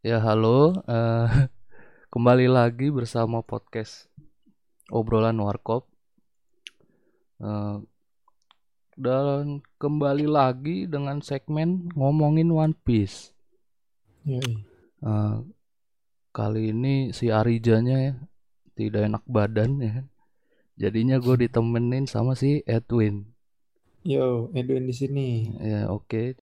Ya halo, kembali lagi bersama podcast obrolan warkop. Eh, dan kembali lagi dengan segmen ngomongin One Piece. Yoi. Eh, Kali ini si Arijanya ya tidak enak badan ya. Jadinya gue ditemenin sama si Edwin. Yo, Edwin di sini. Ya oke.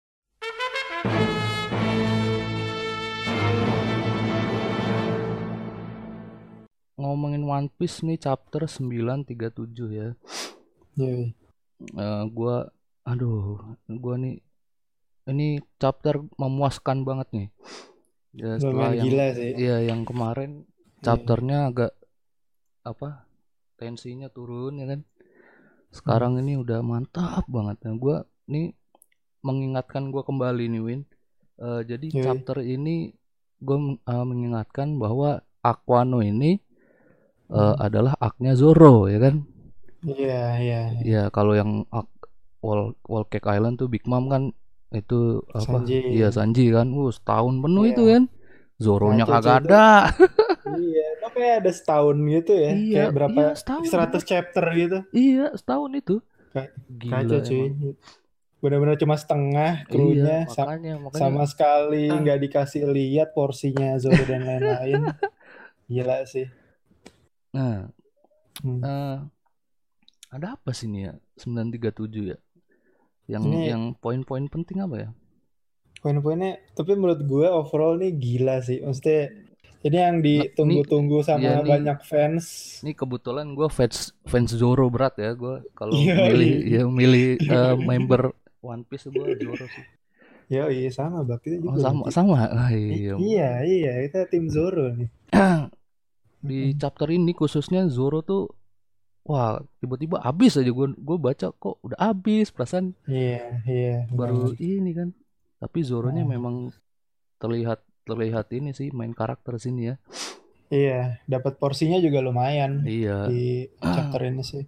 Ngomongin One Piece nih chapter 937 ya. Yoi. Gua aduh, gua nih ini chapter memuaskan banget nih. Ya setelah Lumayan yang gila sih. ya yang kemarin Iya. chapternya agak apa tensinya turun ya kan. Hmm. Sekarang ini udah mantap banget. Nah, gua nih mengingatkan gua kembali nih Win. Jadi Yoi. chapter ini gue mengingatkan bahwa Aquano ini Hmm. adalah aknya Zoro ya kan. Iya, iya, iya. Ya kalau yang Wall Cake Island tuh Big Mom kan itu apa? Sanji. Iya Sanji kan. Setahun penuh itu Iya. kan. Zoronya Kacau cuy kagak itu. ada. Iya, itu kayak ada setahun gitu ya. Iya, Kayak berapa iya setahun 100 bener. chapter gitu. Iya, setahun itu. Ka- Gila Kacau cuy. emang. Benar-benar cuma setengah Iya, krunya makanya sama sekali nggak dikasih lihat porsinya Zoro dan lain-lain. Gila sih. nah, Hmm. eh, ada apa sih nih ya? 937 ya. Yang Ini poin-poin penting apa ya? poin-poinnya, tapi menurut gue overall nih gila sih. Maksudnya ini yang Nih, ditunggu-tunggu sama iya nih, banyak fans. nih kebetulan gue fans fans Zoro berat ya. Gue kalau Iya, milih iya. ya milih member One Piece gue Zoro sih. Iya, iya sama Bak kita Oh juga sama berarti. sama. Ah, iya. Iya, iya, kita tim Zoro nih. Di Mm-mm. chapter ini khususnya Zoro tuh wah tiba-tiba habis aja gue baca kok udah habis perasaan Iya, iya baru banget. ini kan. Tapi Zoronya Nah, memang terlihat terlihat ini sih main karakter sini ya. iya, dapat porsinya juga lumayan di Iya. chapter ini sih.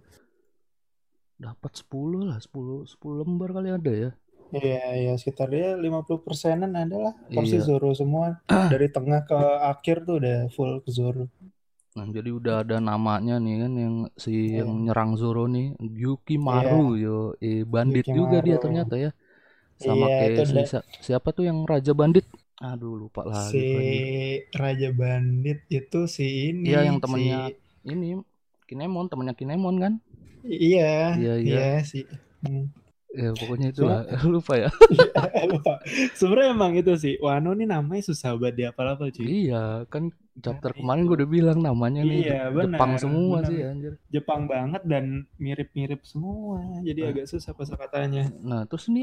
Dapat 10 lah, 10 lembar kali ada ya. Iya, iya sekitar dia 50%-an adalah porsi Iya. Zoro semua. Dari tengah ke akhir tuh udah full ke Zoro. Nah, jadi udah ada namanya nih kan yang si yang Iya, nyerang Zoro nih, Yukimaru iya, yo, bandit juga dia Yukimaru. ternyata ya. Sama Iya, itu kayak si ada siapa tuh yang raja bandit? Aduh, lupa si lagi tuh anjir. Raja Bandit itu si Iya, yang ini, si temennya ini Kinemon, temennya Kinemon kan? iya, Iya, iya. iya si. Hmm. Ya pokoknya itulah. Cuma Lupa ya. lupa. Sebenarnya emang itu sih. Wano nih namanya susah banget dihafal-hafal cuy. Iya, kan chapter Karena kemarin itu. gue udah bilang namanya nih Iya, Jepang benar, semua benar. sih anjir. Jepang banget dan mirip-mirip semua. Jadi Nah, agak susah kosakatanya. nah terus ini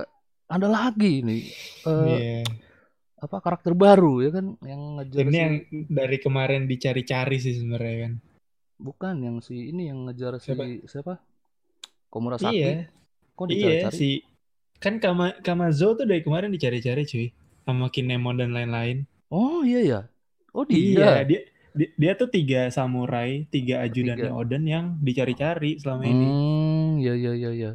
ada lagi nih eh Iya. apa karakter baru ya kan yang ngejar Ini si yang dari kemarin dicari-cari sih sebenarnya kan. bukan yang si ini yang ngejar si Siapa? siapa Komurasaki Iya, kok iya dicari-cari. si kan Kamazo tuh dari kemarin dicari-cari cuy sama Kinemon dan lain-lain. Oh iya ya, oh Iya, dia dia tuh tiga samurai, tiga ajudannya ketiga. Oden yang dicari-cari selama ini. Ya ya ya ya.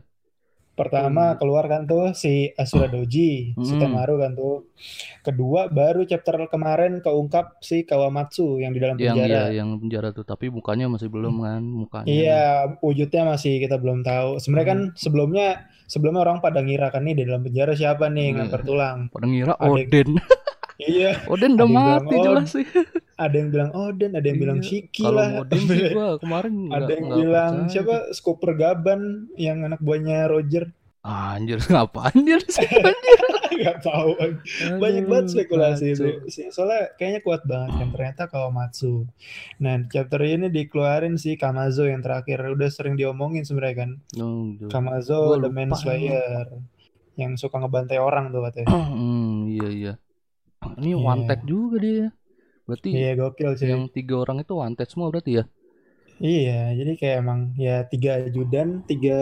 Oh Pertama iya. keluar kan tuh si Asura Doji, si Hmm, Temaru kan tuh. Kedua baru chapter kemarin keungkap si Kawamatsu yang di dalam yang iya penjara. yang penjara tuh tapi mukanya masih belum kan mukanya Iya, nih. wujudnya masih kita belum tahu. Sebenarnya kan Hmm, sebelumnya orang pada ngira kan nih di dalam penjara siapa nih yang lempar iya. tulang. Pada ngira Ada yang, Oden. iya, Oden udah ada yang bilang mati oh, jelas sih. ada yang bilang Oden, ada yang bilang Iya, Shiki kalau lah. Odin sih gua kemarin Ada yang nggak bilang percaya tuh. siapa Scooper Gaban yang anak buahnya Roger. Anjir, ngapain dia di situ anjir? Gak tahu. Banyak banget Aduh, spekulasi itu. kacau. Soalnya kayaknya kuat banget kan ternyata Kawamatsu. Nah, di chapter ini dikeluarin si Kamazo yang terakhir udah sering diomongin sebenarnya kan. Aduh, gue Kamazo the lupa emang. Manslayer yang suka ngebantai orang tuh katanya. Iya iya. Ini one tag Iya. juga dia. Berarti Iya gokil cuy. yang 3 orang itu one tag semua berarti ya? Iya, jadi kayak emang ya tiga ajudan, tiga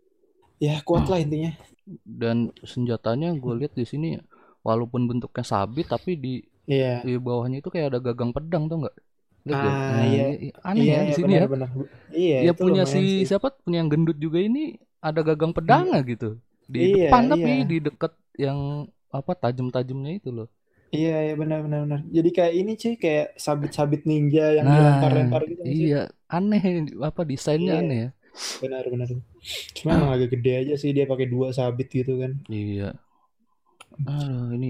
ya kuat lah intinya. Dan senjatanya gue lihat di sini walaupun bentuknya sabit tapi Iya. di bawahnya itu kayak ada gagang pedang tuh nggak? Lihat gak? Ah, Nah, iya. iya, iya. Aneh Iya, ya di iya sini ya. benar-benar. Iya, Dia itu punya lumayan si sih. siapa punya yang gendut juga ini ada gagang pedangnya Iya, gitu. Di iya, depan iya. tapi di deket yang apa tajam-tajamnya itu loh. Iya, iya benar benar benar. Jadi kayak ini cuy, kayak sabit-sabit ninja yang Nah, dilempar-lempar gitu nggak sih? iya, aneh apa desainnya Iya, aneh ya. benar benar. Cuma emang agak gede aja sih dia pakai dua sabit gitu kan. Iya. Aduh, ini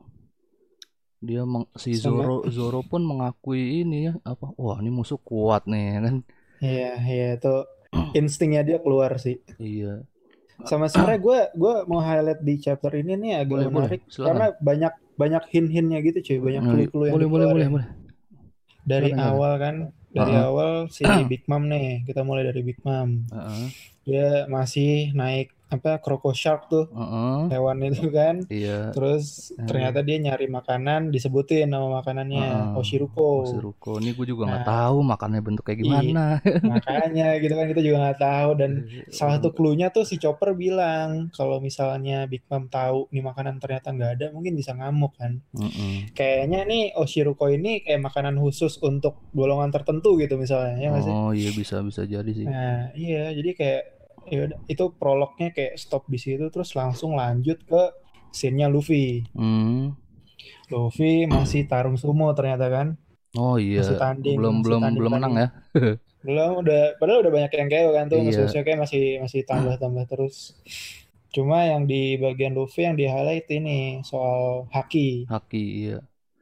dia si Sama Zoro pun mengakui ini ya apa, wah ini musuh kuat nih ya kan. iya, iya itu instingnya dia keluar sih. Iya. Sama sebenarnya gue mau highlight di chapter ini nih agak Boleh boleh, menarik silakan. karena banyak banyak hint-hintnya gitu cuy, banyak Nah, clue-clue yang boleh boleh boleh dikeluarin. boleh. Dari Silakan silakan. awal kan, dari Heeh. awal si Big Mom nih, kita mulai dari Big Mom. Heeh. Dia masih naik apa Croco Shark tuh, Heeh. hewan itu kan. Iya. Terus Aduh. ternyata dia nyari makanan, disebutin nama makanannya Heeh. Oh, si Oshiruko. Ruko ini gue juga nggak Nah, tahu makannya bentuk kayak i gimana. makanya gitu kan kita juga nggak tahu dan salah Orang. satu clue-nya tuh si Chopper bilang kalau misalnya Big Mom tahu nih makanan ternyata nggak ada mungkin bisa ngamuk kan. Heeh. Kayaknya nih Oshiruko ini kayak makanan khusus untuk golongan tertentu gitu misalnya, ya nggak sih? Oh iya, bisa bisa jadi sih. Nah, iya, jadi kayak ya udah, itu prolognya kayak stop di situ terus langsung lanjut ke scene-nya Luffy. Hmm. Luffy masih tarung sumo ternyata kan, Oh iya, belum masih belum tanding belum menang tanding. ya. Belum udah, padahal udah banyak yang KO kan tuh, Iya, musuh-musuhnya kayak masih masih tambah-tambah terus. Cuma yang di bagian Luffy yang di highlight ini soal haki, Haki iya.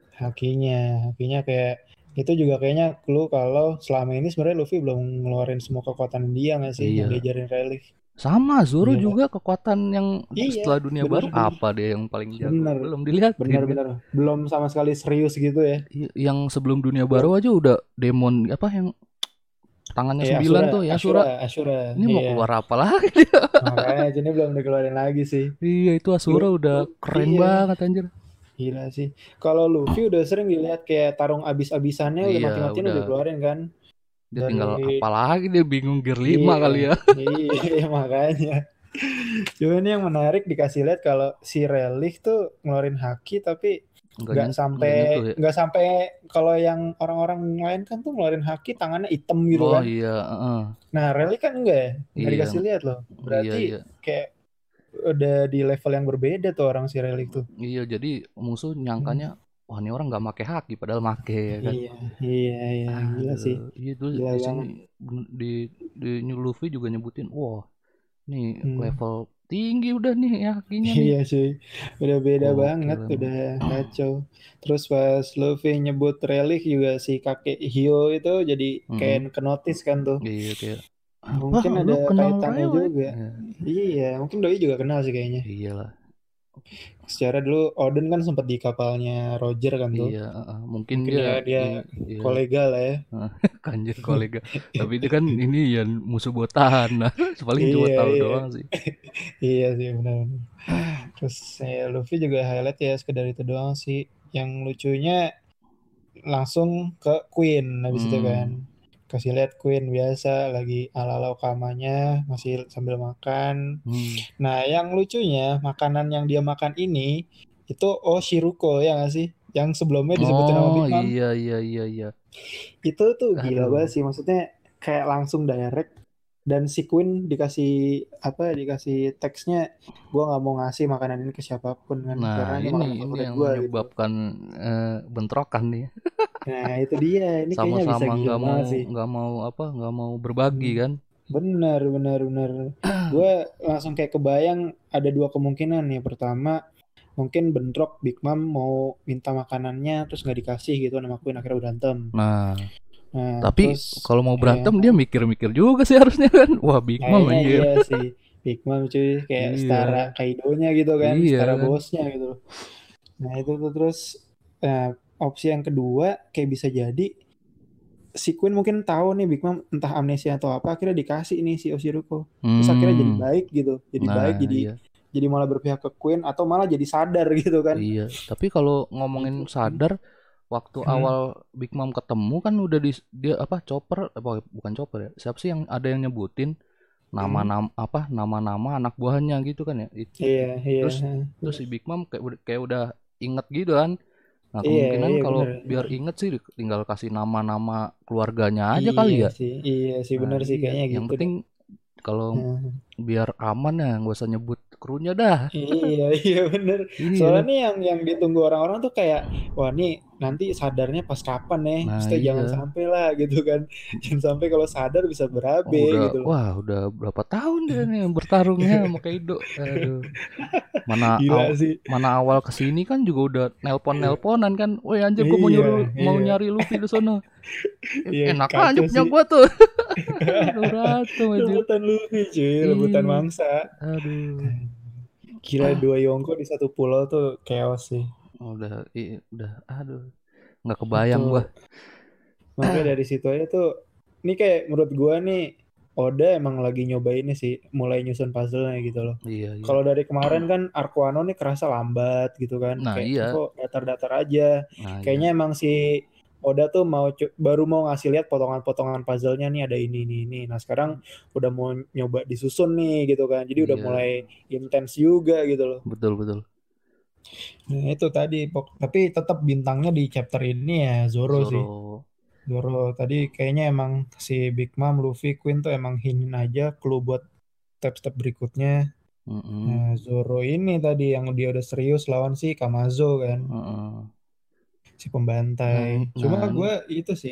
hakinya kayak itu juga kayaknya clue kalau selama ini sebenarnya Luffy belum ngeluarin semua kekuatan dia nggak sih yang Iya. diajarin Rayleigh. Sama Zoro Iya, juga kekuatan yang iya, setelah dunia bener, baru bener, apa deh yang paling jago? bener, Belum dilihatin bener, kan? bener. Belum sama sekali serius gitu ya. Yang sebelum dunia baru Belum. aja udah demon apa yang tangannya Iya, 9 Asura, tuh ya Asura, Sura. Asura. Ini mau Iya. keluar apa lagi dia? Makanya ini belum dikeluarin lagi sih. Iya itu Lu, Asura udah keren iya, banget anjir. gila sih. Kalau Luffy udah sering dilihat kayak tarung abis-abisannya udah Iya mati-matian udah, udah keluarin kan. dia Dari tinggal apa lagi, dia bingung gear 5 iya, kali ya. iya makanya. Cuman yang menarik dikasih lihat kalau si Rayleigh tuh ngeluarin haki tapi Nggak nyentuh ya. nggak sampai kalau yang orang-orang lain kan tuh ngeluarin haki tangannya hitam gitu Oh kan. iya, heeh. Nah, Rayleigh kan enggak ya, nggak Iya, dikasih lihat loh. iya Berarti iya. kayak udah di level yang berbeda tuh orang si Rayleigh tuh. Iya, jadi musuh Hmm. nyangkanya wah ini orang nggak make haki padahal make ya kan. Iya, iya, iya, gila sih, Aduh, itu gila di sini banget. di New Luffy juga nyebutin, wah, nih Hmm. level tinggi udah nih ya hakinya nih. Iya sih, udah beda banget, Gokil emang. udah kacau. Terus pas Luffy nyebut Rayleigh juga si kakek Hio itu jadi kayak Mm-mm. ke notice kan tuh. Iya kayak apa Mungkin lu ada kenal kaitannya Rayleigh? juga. Ya, Iya, mungkin Doi juga kenal sih kayaknya. iyalah. Secara dulu Oden kan sempat di kapalnya Roger kan tuh. Iya, mungkin Mungkin dia ya dia ini iya kolega lah ya. kanjeng kolega. Tapi itu kan ini ya musuh botahan. Nah, paling cuma Iya, tahu iya. doang sih. Iya sih benar. Terus ya, Luffy juga highlight ya sekedar itu doang sih. Yang lucunya langsung ke Queen habis itu kan. Hmm. Kasih lihat Queen biasa lagi ala-ala Okamanya masih sambil makan. Hmm. Nah, yang lucunya makanan yang dia makan ini itu Oshiruko ya nggak sih? Yang sebelumnya disebutin nama Oh Big Mom. iya iya iya iya. Itu tuh gila banget Aduh. sih. Maksudnya kayak langsung direct dan si Queen dikasih apa ya, dikasih teksnya gue nggak mau ngasih makanan ini ke siapapun kan Nah, karena ini makanan ini favorit yang gue gitu. menyebabkan bentrokan nih. Nah itu dia, ini kayaknya bisa Sama-sama gila banget sih. nggak mau berbagi Hmm. kan. Benar, benar, benar. Gue langsung kayak kebayang ada dua kemungkinan nih. Pertama, mungkin bentrok Big Mom mau minta makanannya terus nggak dikasih gitu sama Queen akhirnya berantem. Nah, Nah, tapi terus kalau mau ya berantem dia mikir-mikir juga sih harusnya kan. Wah, Big Mom kayaknya anjir. iya sih. Big Mom cuy kayak setara Iya, Kaido-nya gitu kan, iya setara kan. bosnya gitu. Nah, itu tuh terus opsi yang kedua kayak bisa jadi si Queen mungkin tahu nih Big Mom entah amnesia atau apa akhirnya dikasih nih si Oshiruko. Terus akhirnya jadi Hmm, baik gitu. Jadi baik nah iya, jadi malah berpihak ke Queen atau malah jadi sadar gitu kan. iya. Tapi kalau Nah, ngomongin itu. sadar, waktu Hmm. awal Big Mom ketemu kan udah dia apa Chopper apa bukan Chopper ya. Siapa sih yang ada yang nyebutin Hmm. nama-nama anak buahnya gitu kan ya. Iya, iya. Terus terus si Big Mom kayak udah inget gitu kan. Nah, Iya, kemungkinan iya kalau bener, biar bener. inget sih tinggal kasih nama-nama keluarganya aja Iya kali ya. sih, iya sih Nah, bener sih iya, kayaknya yang gitu deh. penting kalau Hmm. biar aman ya nggak usah nyebut krunya dah. Iya, iya bener. Soalnya Iya. nih yang ditunggu orang-orang tuh kayak, wah nih nanti sadarnya pas kapan nih? Nah, Maksudnya jangan iya. sampai lah gitu kan. Jangan sampai kalau sadar bisa Oh, berabe gitu loh. udah berapa tahun dia nih bertarungnya sama Kaido. Aduh. Mana Gila sih. mana awal kesini kan juga udah nelpon-nelponan kan. Woi anjir gua Iya, mau iya. nyari Luffy di sono. Iya Enak aja kacau punya sih. gua tuh. Udah berantem anjir. Rebutan Luffy cuy, rebutan Iya. mangsa. Aduh. Gila dua Yonko di satu pulau tuh chaos sih. Udah aduh. Nggak kebayang gua. Itu makanya dari situ aja tuh, ini kayak menurut gua nih Oda emang lagi nyobain ini sih, mulai nyusun puzzle-nya gitu loh. Iya, iya. Kalau dari kemarin kan Arc Wano nih kerasa lambat gitu kan, Nah, kayak iya. kok datar-datar aja. Nah, iya. Kayaknya emang si Oda tuh baru mau ngasih lihat potongan-potongan puzzle-nya nih ada ini. Nah sekarang udah mau nyoba disusun nih gitu kan, jadi udah Iya, mulai intens juga gitu loh. betul betul. Nah itu tadi, tapi tetap bintangnya di chapter ini ya Zoro sih. Zoro. Zoro tadi kayaknya emang si Big Mom, Luffy, Queen tuh emang hinin aja clue buat step-step berikutnya. Mm-mm. Nah, Zoro ini tadi yang dia udah serius lawan si Kamazo kan, Heeh. si pembantai. Cuma Nah, gue itu sih,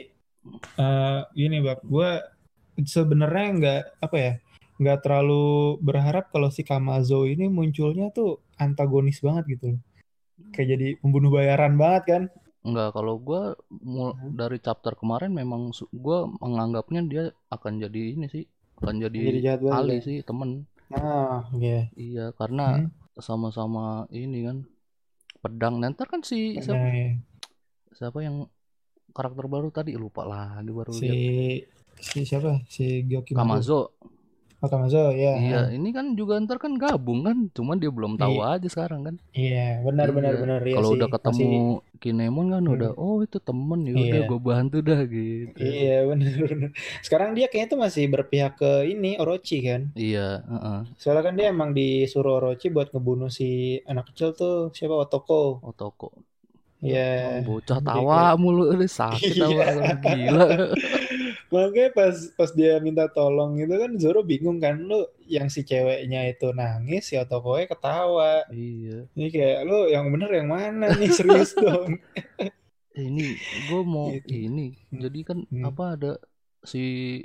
gini bak, gue sebenarnya nggak apa ya, nggak terlalu berharap kalau si Kamazo ini munculnya tuh antagonis banget gitu loh. Kayak jadi pembunuh bayaran banget kan. enggak, kalau gue dari chapter kemarin memang gue menganggapnya dia akan jadi ini sih, akan jadi Jadi jahat banget Ali ya. sih temen. Nah, iya. Iya, karena Hmm? sama-sama ini kan pedang. Nanti kan si siapa, Nah, iya. siapa yang karakter baru tadi lupa lagi baru si lihat. si siapa? Si Gyokimaru. Kamazo. Oh, Kamazo, ya. Iya, ini kan juga ntar kan gabung kan, cuman dia belum tahu Iya, aja sekarang kan. iya, benar benar Iya, benar ya kalau sih. udah Masih ketemu Kinemon kan udah, hmm, oh itu temen ya udah iya. gue bantu dah gitu. Iya, benar benar. Sekarang dia kayaknya tuh masih berpihak ke ini Orochi kan. Iya, heeh. Soalnya kan dia emang disuruh Orochi buat ngebunuh si anak kecil tuh siapa Otoko. Otoko. Iya, Bocah jadi tawa kayak mulu, udah sakit iya. apa gila. Makanya pas dia minta tolong itu kan Zoro bingung kan, lu yang si ceweknya itu nangis, si Otokoe ketawa. Iya. Ini kayak lu yang bener yang mana nih serius dong. Ini gue mau Gitu. ini. Hmm. Jadi kan Hmm. apa ada si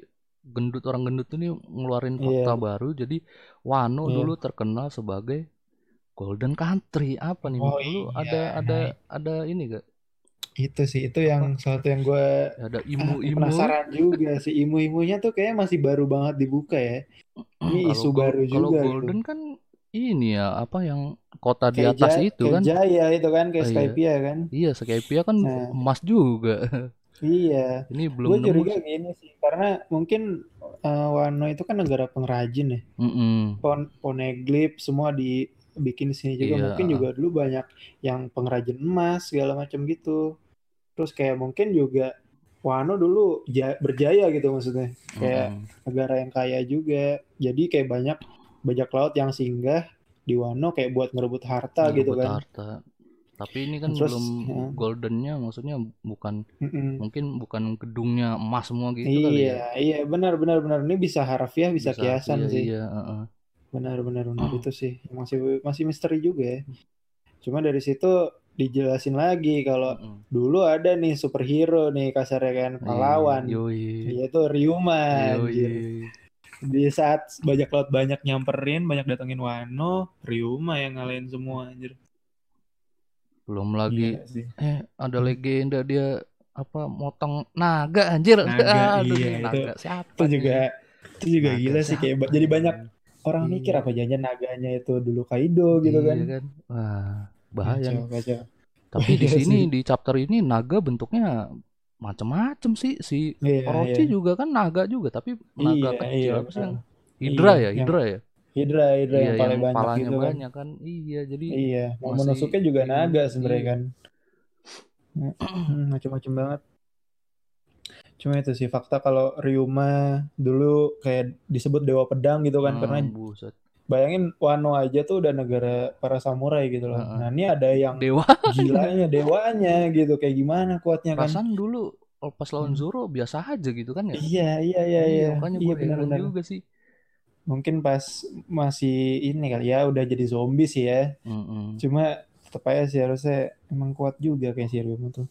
orang gendut ini ngeluarin fakta Iya, baru. Jadi Wano dulu iya. terkenal sebagai Golden Country. Apa nih? Oh Lu iya, nah ada ini gak? itu sih itu yang Apa? salah satu yang gue Ada imu-imu. penasaran juga sih, imu-imunya tuh kayaknya masih baru banget dibuka ya. Ini Kalau isu baru kalau juga gitu. Golden kan ini ya apa yang kota di Kayak atas itu kayak kan? Jaya itu kan Oh, kayak iya. Skypia kan. Iya, Skypia kan Nah, emas juga. iya. Ini belum Gue nemu curiga sih. gini sih karena mungkin Wano itu kan negara pengrajin ya. Mm-mm. Poneglyph semua dibikin di sini juga. Iya, Mungkin juga dulu banyak yang pengrajin emas segala macam gitu. Terus kayak mungkin juga Wano dulu berjaya gitu maksudnya. Kayak mm-mm. negara yang kaya juga. Jadi kayak banyak bajak laut yang singgah di Wano kayak buat ngerebut harta gitu Ngerebut kan. harta. Tapi ini kan Nah, terus belum ya, goldennya, maksudnya bukan, mm-mm. mungkin bukan gedungnya emas semua gitu kali Iya, ya. iya benar benar benar ini bisa harfiah, bisa Bisa kiasan harfiah, sih. iya. Heeh. Benar benar benar itu sih masih masih misteri juga ya. Cuma dari situ dijelasin lagi kalau Mm-mm. dulu ada nih superhero nih kasarnya kan Iya, pahlawan yoi, yaitu Ryuma anjir. yoi. Di saat bajak laut banyak nyamperin, banyak datengin Wano, Ryuma yang ngalahin semua anjir. Belum lagi Gila sih. ada legenda dia apa motong naga anjir. Naga Aduh iya nih naga itu siapa juga nih? itu juga Naga gila sih kayak siapa jadi banyak nih? orang mikir Iya, apa jangan naganya itu dulu Kaido gitu kan. iya kan. Wah, bahaya Kacau nih. kacau. Tapi di Iya sini sih. di chapter ini naga bentuknya macem-macem sih. Si Iya iya. Orochi juga kan naga juga, tapi naga Iya kecil iya apa sih benar. yang Iya Hydra ya? yang Hydra ya? Hydra Iya, yang yang paling banyak palanya gitu kan. banyak kan. Iya, jadi Iya, masih Momonosuke juga bingung. naga sebenarnya Iya. kan. Macam-macam banget. Cuma itu sih fakta kalau Ryuma dulu kayak disebut dewa pedang gitu kan karena Buset. bayangin Wano aja tuh udah negara para samurai gitu loh. Heeh. Nah, ini ada yang Dewanya. gilanya dewanya gitu kayak gimana kuatnya kan. Perasaan dulu pas lawan Hmm. Zoro biasa aja gitu kan ya? Iya, iya, iya, Iya, iya. makanya Iya gue heran benar-benar. juga sih. Mungkin pas masih ini kali ya udah jadi zombie sih ya. Mm-mm. Cuma tetap aja sih harusnya emang kuat juga kayak si Ryuma tuh.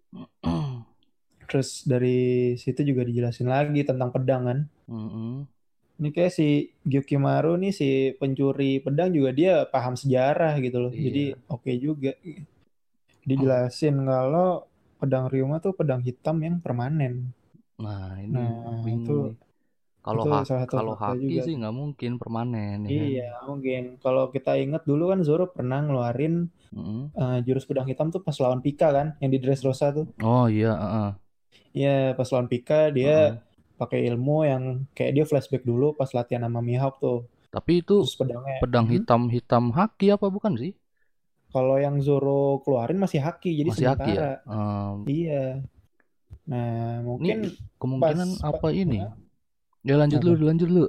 Terus dari situ juga dijelasin lagi tentang pedang kan. Mm-mm. Ini kayak si Gyukimaru nih si pencuri pedang juga dia paham sejarah gitu loh. Jadi Iya. oke juga. Dijelasin kalau pedang Ryuma tuh pedang hitam yang permanen. Nah, ini Nah, bingung nih. Kalau salah satu kalau fakta haki juga sih tuh. nggak mungkin permanen ya kan. Iya, mungkin. Kalau kita ingat dulu kan Zoro pernah ngeluarin Mm-mm. jurus pedang hitam tuh pas lawan Pika kan, yang di Dressrosa tuh. Oh iya, heeh. Iya, pas lawan Pika dia Heeh. pakai ilmu yang kayak dia flashback dulu pas latihan sama Mihawk tuh. Tapi itu Terus pedangnya. pedang hitam haki apa bukan sih? Kalau yang Zoro keluarin masih haki, jadi Masih haki ya? sementara. Iya. Nah, Ini mungkin pas, kemungkinan apa ini? Hah? Ya lanjut lu, Apa? lanjut lu.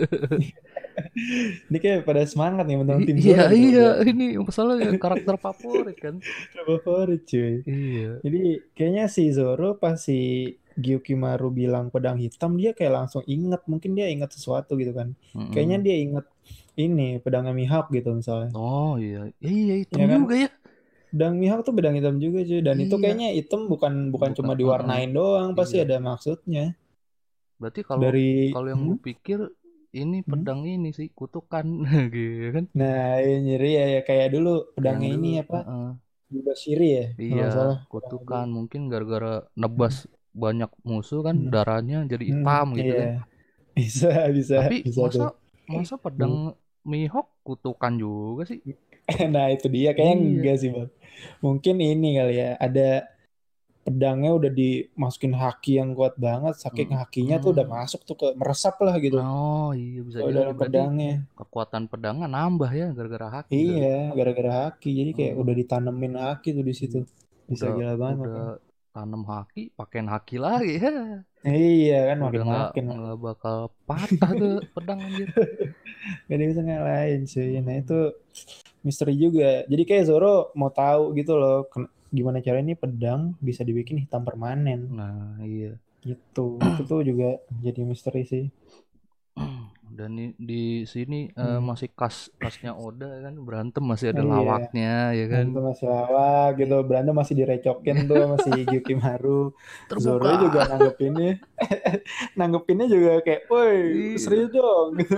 Ini kayak pada semangat nih menonton tim Iya, Zoro nih iya, berdua. ini masalahnya karakter favorit kan. Favorit cuy. Iya. Jadi kayaknya si Zoro pas si Gyukimaru bilang pedang hitam dia kayak langsung inget, mungkin dia inget sesuatu gitu kan. Kayaknya Mm-mm. dia inget ini pedangnya Mihawk gitu misalnya. Oh iya, iya hitam Ya kan? juga ya. Pedang Mihawk tuh pedang hitam juga cuy dan itu Iya, kayaknya hitam bukan bukan bukan. cuma diwarnain doang, pasti Iya. ada maksudnya. Berarti kalau Dari kalau yang gue pikir ini hmm? pedang ini sih kutukan gitu kan. Nah, ini nyeri ya, ya kayak dulu Yang pedangnya ini dulu, apa? Juga Shiri ya, kalau iya, nggak salah. Pedangnya kutukan dulu. mungkin gara-gara nebas banyak musuh kan Hmm. darahnya jadi hitam gitu Iya, kan. bisa, bisa, Tapi bisa tuh. masa masa pedang Mihawk kutukan juga sih? Nah, itu dia kayaknya Iya. enggak sih, Bang. Mungkin ini kali ya, ada pedangnya udah dimasukin haki yang kuat banget, saking Mm, hakinya tuh udah mm. masuk tuh ke meresap lah gitu. Oh iya bisa Ke jadi dalam berarti pedangnya. kekuatan pedangnya nambah ya gara-gara haki Iya, kali. gara-gara haki. Jadi kayak Hmm, udah ditanemin haki tuh di situ. iya. Bisa Udah gila banget udah makanya. tanam haki, pakein haki lagi ya. Iya kan Udah makin-makin. nggak bakal patah tuh pedang anjir. Gak ada bisa ngalahin sih. Nah itu Hmm. misteri juga. Jadi kayak Zoro mau tahu gitu loh gimana cara ini pedang bisa dibikin hitam permanen Nah iya. gitu. Itu tuh juga jadi misteri sih. Dan di sini Hmm. masih kasnya Oda kan berantem masih ada Iya, lawaknya ya kan. berantem masih lawak gitu, Iya. berantem masih direcokin tuh masih Gyukimaru. Zoro juga Terbuka. nanggepinnya, nanggepinnya juga kayak, woi Iya. serius dong gitu.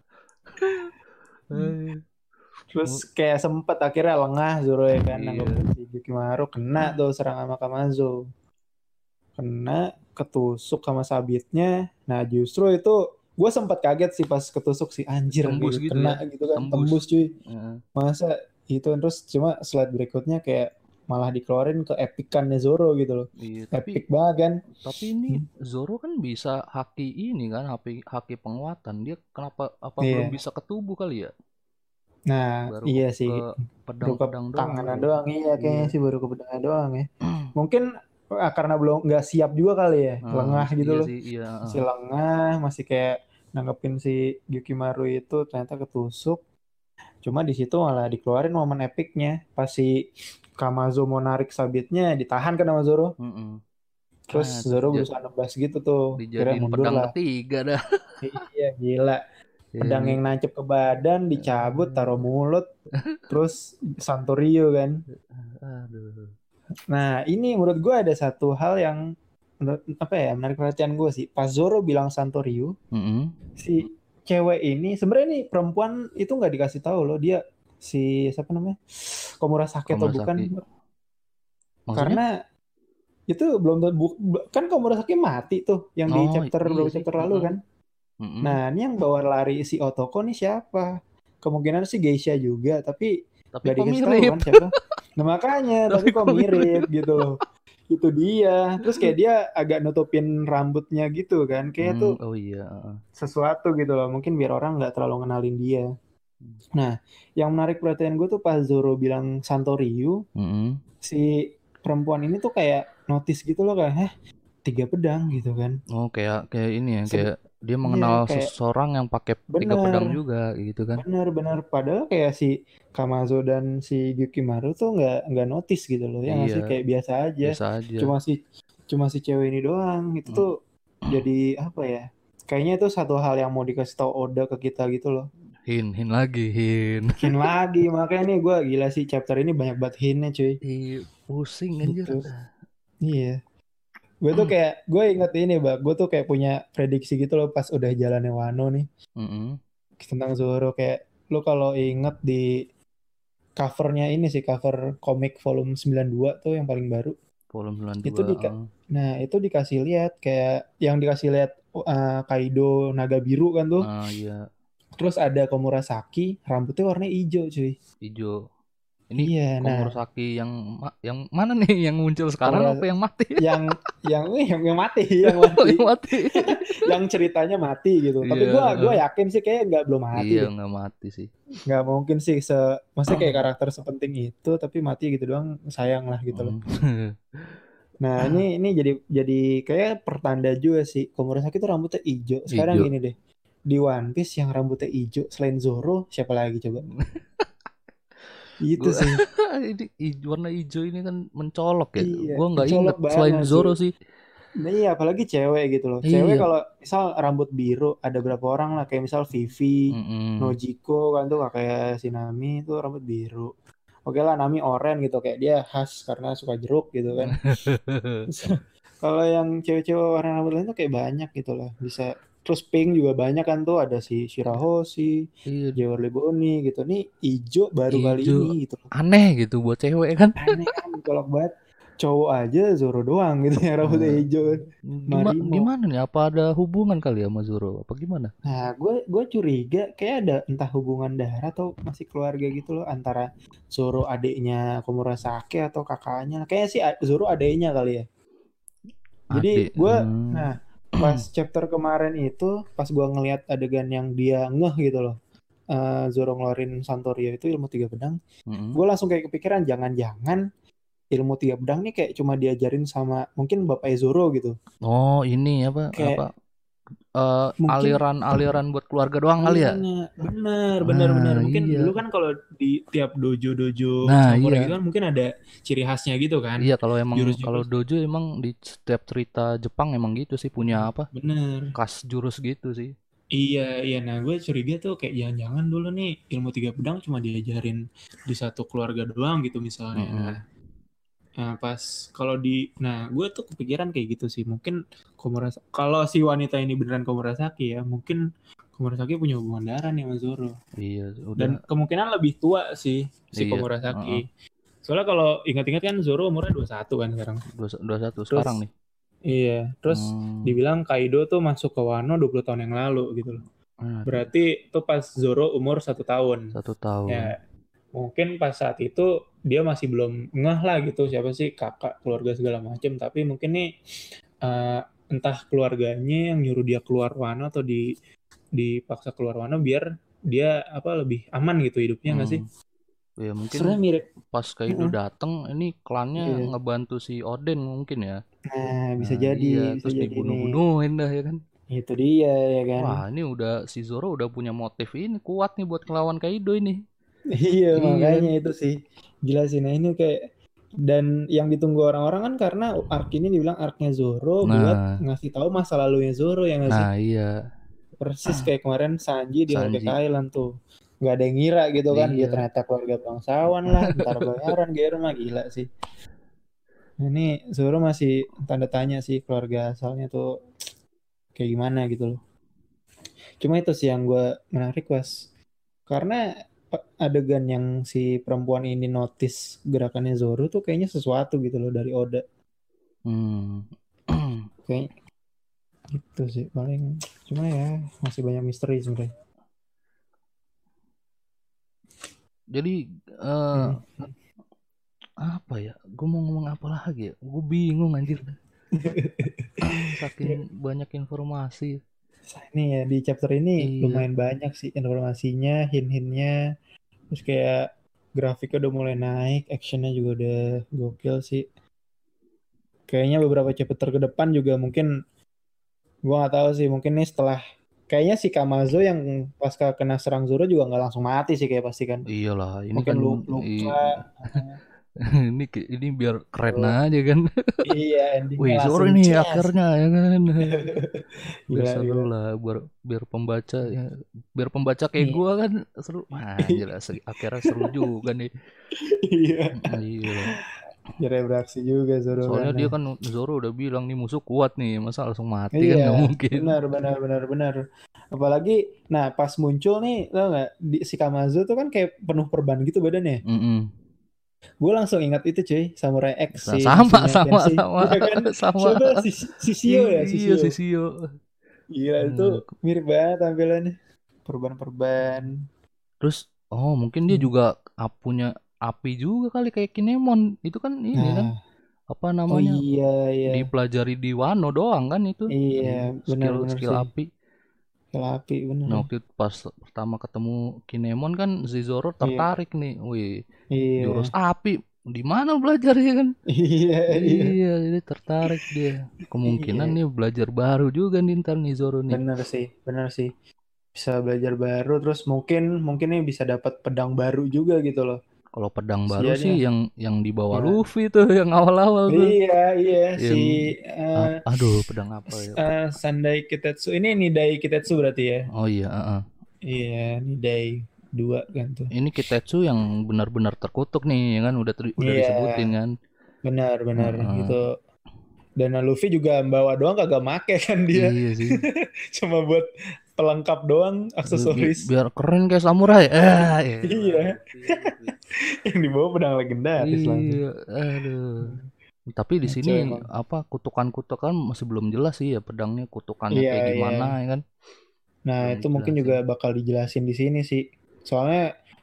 Eh, Terus mu- kayak sempet akhirnya lengah Zoro ya kan iya. nanggepin si Gyukimaru kena tuh serang sama Kamazo. Kena ketusuk sama sabitnya. Nah justru itu gue sempat kaget sih pas ketusuk si anjir Tembus gitu gitu kena ya. gitu kan Tembus. tembus cuy. Heeh. Masa itu terus cuma slide berikutnya kayak malah dikeluarin ke epikannya Zoro gitu loh. Iya, Epic banget kan. tapi ini Hmm. Zoro kan bisa haki ini kan, haki penguatan. Dia kenapa apa belum Iya. bisa ke tubuh kali ya? Nah, Baru iya sih. ke Baru ke pedang-pedang doang tangannya kali ya. doang. Iya kayaknya Iya. sih baru ke pedangnya doang ya. Mungkin karena belum nggak siap juga kali ya. Lengah gitu Iya loh. sih, iya. Masih lengah. Masih kayak nanggepin si Yukimaru itu ternyata ketusuk. Cuma di situ malah dikeluarin momen epicnya. Pas si Kamazo mau narik sabitnya ditahan kan sama Zoro. Heeh. Terus Terus Zoro berusaha nebas gitu tuh. Kira dijadiin mundur pedang lah. ketiga dah. Iya gila. Pedang Ini yang nancep ke badan dicabut taruh mulut. Terus Santorio kan. aduh. Nah ini menurut gue ada satu hal yang apa ya menarik perhatian gue sih. Pas Zoro bilang Santorio, Heeh. si cewek ini sebenarnya nih perempuan itu nggak dikasih tahu loh dia si siapa namanya Komurasaki atau Komurasaki. bukan Maksudnya? karena itu belum kan Komurasaki mati tuh yang di Oh, chapter iya berapa sih. chapter lalu Heeh. kan. Heeh. Nah ini yang bawa lari si Otoko nih siapa? Kemungkinan sih Geisha juga tapi Tapi nggak kok dikasih tahu mirip? kan siapa. Nah makanya Tapi tapi kok kok mirip mirip? gitu loh. Itu dia. Terus kayak dia agak nutupin rambutnya gitu kan. Kayak tuh Oh iya. sesuatu gitu loh. Mungkin biar orang nggak terlalu kenalin dia. Nah, yang menarik perhatian gue tuh pas Zoro bilang Santoryu, Heeh. si perempuan ini tuh kayak notice gitu loh kayak, heh, 3 pedang gitu kan. Oh, kayak kayak ini ya, kayak dia Iya, mengenal kayak seseorang yang pakai 3 pedang bener, juga gitu kan. bener. Padahal kayak si Kamazo dan si Gyukimaru tuh nggak notice gitu loh. Ya nggak sih Iya, kayak biasa aja. biasa aja. Cuma si cuma si cewek ini doang. Itu Mm. tuh jadi apa ya? kayaknya itu satu hal yang mau dikasih tahu Oda ke kita gitu loh. Hin lagi, hin. Hint lagi, makanya nih gue gila sih chapter ini banyak banget hintnya cuy. Pusing anjir. Gitu. Iya. Gue tuh kayak, gue inget ini Bang, gue tuh kayak punya prediksi gitu loh pas udah jalannya Wano nih. Tentang Zoro, kayak lu kalau inget di covernya ini sih, cover komik volume 92 tuh yang paling baru. Volume 92. Itu nah, itu dikasih lihat kayak yang dikasih lihat Kaido naga biru kan tuh. Iya. Terus ada Komurasaki, rambutnya warna hijau cuy. Hijau. Ini Iya, Komurasaki yang mana nih yang muncul sekarang apa yang mati? yang mati, yang mati. Yang ceritanya mati gitu. Tapi gue yakin sih kayak belum mati. Iya, nggak mati sih. Nggak mungkin sih maksudnya kayak karakter sepenting itu tapi mati gitu doang, sayang lah gitu loh. Nah, ini jadi kayak pertanda juga sih. Komurasaki itu rambutnya hijau. Sekarang gini deh. Di One Piece yang rambutnya hijau selain Zoro siapa lagi coba? Itu sih. Ini warna hijau ini kan mencolok ya. Iya, gue nggak inget selain Zoro sih. Nah, iya, apalagi cewek gitu loh. Cewek kalau misal rambut biru ada berapa orang lah, kayak misal Vivi, Nojiko kan tuh kayak si Nami itu rambut biru. Oke lah, Nami oranye gitu, kayak dia khas karena suka jeruk gitu kan. Kalau yang cewek-cewek warna rambut lain tuh kayak banyak gitu lah, bisa. Terus pink juga banyak kan tuh, ada si Shirahoshi, Jewel Leboni gitu. Nih hijau baru kali ini gitu. Aneh gitu buat cewek kan. Aneh kan, colok banget. Cowok aja Zoro doang gitu ya rambutnya hijau. Gimana nih? Apa ada hubungan kali ya sama Zoro? Apa gimana? Nah, gue curiga kayak ada entah hubungan darah atau masih keluarga gitu loh, antara Zoro adiknya Komurasaki atau kakaknya. Kayaknya sih Zoro adiknya kali ya. Jadi gue nah pas chapter kemarin itu pas gue ngelihat adegan yang dia ngeh gitu loh, Zoro ngeluarin Santorio itu ilmu 3 pedang, gue langsung kayak kepikiran jangan-jangan ilmu 3 pedang nih kayak cuma diajarin sama mungkin bapak Zoro gitu. Oh, ini apa kayak, aliran buat keluarga doang kali ya? Bener. Mungkin dulu kan kalau di tiap dojo samurai gitu kan mungkin ada ciri khasnya gitu kan. Iya, kalau emang kalau dojo emang di setiap cerita Jepang emang gitu sih, punya apa? Bener. Khas jurus gitu sih. Iya. Nah gue curiga tuh kayak jangan-jangan dulu nih ilmu 3 pedang cuma diajarin di satu keluarga doang gitu misalnya. Nah pas kalau nah gue tuh kepikiran kayak gitu sih, mungkin kalau si wanita ini beneran Komurasaki ya, mungkin Komurasaki punya hubungan darah nih sama Zoro. Iya, udah. Dan kemungkinan lebih tua sih si Komurasaki. Soalnya kalau ingat-ingat kan Zoro umurnya 21 kan sekarang. 21 sekarang nih. Iya, terus dibilang Kaido tuh masuk ke Wano 20 tahun yang lalu gitu loh. Berarti tuh pas Zoro umur 1 tahun. 1 tahun. Ya, mungkin pas saat itu dia masih belum ngeh lah gitu siapa sih kakak, keluarga segala macam, tapi mungkin nih entah keluarganya yang nyuruh dia keluar Wano atau dipaksa keluar Wano biar dia lebih aman gitu hidupnya nggak sih? Ya mungkin sebenarnya mirip pas Kaido datang ini klannya ngebantu si Oden mungkin ya. Nah, bisa jadi terus dibunuh-bunuhin dah ya kan. Itu dia ya kan. Wah, ini si Zoro udah punya motif ini kuat nih buat ngelawan Kaido ini. Iya, makanya itu sih gila sih. Nah ini kayak, dan yang ditunggu orang-orang kan karena arc ini dibilang arcnya Zoro buat ngasih tahu masa lalunya Zoro yang ngasih. Nah iya. Persis kayak kemarin Sanji di Whole Cake Island tuh. Nggak ada yang ngira gitu kan, dia ternyata keluarga bangsawan lah, ntar bayaran Germa, gila sih. Ini Zoro masih tanda tanya sih keluarga asalnya tuh kayak gimana gitu loh. Cuma itu sih yang gue menarik was, karena adegan yang si perempuan ini notice gerakannya Zoro tuh kayaknya sesuatu gitu loh dari Oda. Kayak itu sih paling, cuma ya masih banyak misteri sebenarnya. Jadi apa ya? Gue mau ngomong apa lagi ya? Gue bingung anjir. Saking banyak informasi. Ini ya di chapter ini lumayan banyak sih informasinya, hint-hintnya. Terus kayak grafiknya udah mulai naik, actionnya juga udah gokil sih. Kayaknya beberapa chapter ke depan juga mungkin, gue nggak tahu sih, mungkin nih setelah kayaknya si Kamazo yang pasca kena serang Zoro juga nggak langsung mati sih kayak pasti kan. Iyalah, ini mungkin kan luka. Ini biar keren Oh, aja kan. iya, endingnya Wih, Zoro langsung nih jas. akhirnya ya kan. Biar Gila, seru gila. lah, biar pembaca ya, biar pembaca kayak Iya. gua kan seru. Anjir, akhirnya seru juga nih. Iya. Iya. Jadi beraksi juga Zoro kan. Soalnya dia Nah. kan Zoro udah bilang nih musuh kuat nih, masa langsung mati kan Iya, nggak mungkin. benar, benar, benar, benar. Apalagi, nah pas muncul nih, tau nggak, si Kamazo tuh kan kayak penuh perban gitu badannya. Mm-mm. Gue langsung ingat itu cuy, Samurai X si Sama musuhnya sama Tensei. sama Iya kan? sama. Siapa? Si Shio ya, si Iya Shio. si Sio. Gila itu Eh, mirip banget tampilannya. Perban-perban. Terus mungkin dia Hmm. juga punya api juga kali kayak Kinemon. Itu kan ini kan Nah, apa oh namanya, iya, iya. dipelajari di Wano doang kan itu. Iya, Iya, skill benar-benar skill sih. api. Kalau api, bener. Nah, waktu itu pas pertama ketemu Kinemon kan si Zoro Iya, tertarik nih. Wih, jurus iya. api di mana belajarnya kan? Iya, iya. Iya, jadi tertarik dia. Kemungkinan Iya, nih belajar baru juga nih ntar nih Zoro nih. bener sih, bener sih. Bisa belajar baru, terus mungkin mungkin nih bisa dapat pedang baru juga gitu loh. Kalau pedang Bisa baru jadi sih ya. yang dibawa Gimana? Luffy tuh yang awal-awal tuh. Iya, iya, si Yang eh, aduh, pedang apa ya? Sandai Kitetsu ini Nidai Kitetsu berarti ya. Oh iya, heeh. Iya, Nidai dua kan tuh. Ini Kitetsu yang benar-benar terkutuk nih, ya kan udah Iya, disebutin kan. benar-benar Heeh. gitu. Dan Luffy juga bawa doang kagak make kan dia. Iya sih. Cuma buat pelengkap doang aksesoris. Biar keren kayak samurai. Elah, Iya, Luffy, Luffy. yang dibawa pedang legendaris langsung. Iya, aduh. Tapi di Ngaco sini emang. apa kutukan-kutukan masih belum jelas sih ya pedangnya kutukannya Iya, kayak iya. gimana ya kan? Nah, Belum itu mungkin juga dijelasin. bakal dijelasin di sini sih. Soalnya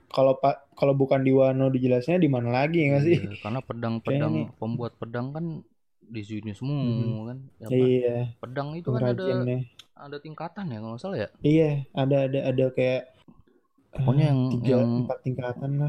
kalau bukan di Wano dijelasinnya di mana lagi nggak sih? Iya, karena Kayaknya pedang-pedang ini. pembuat pedang kan di sini Mhm. semua kan. Apa? Iya, Pedang itu kan pengrajinnya. ada tingkatan ya kalau nggak salah ya. Iya, ada kayak Pokoknya tiga yang empat tingkatan lah.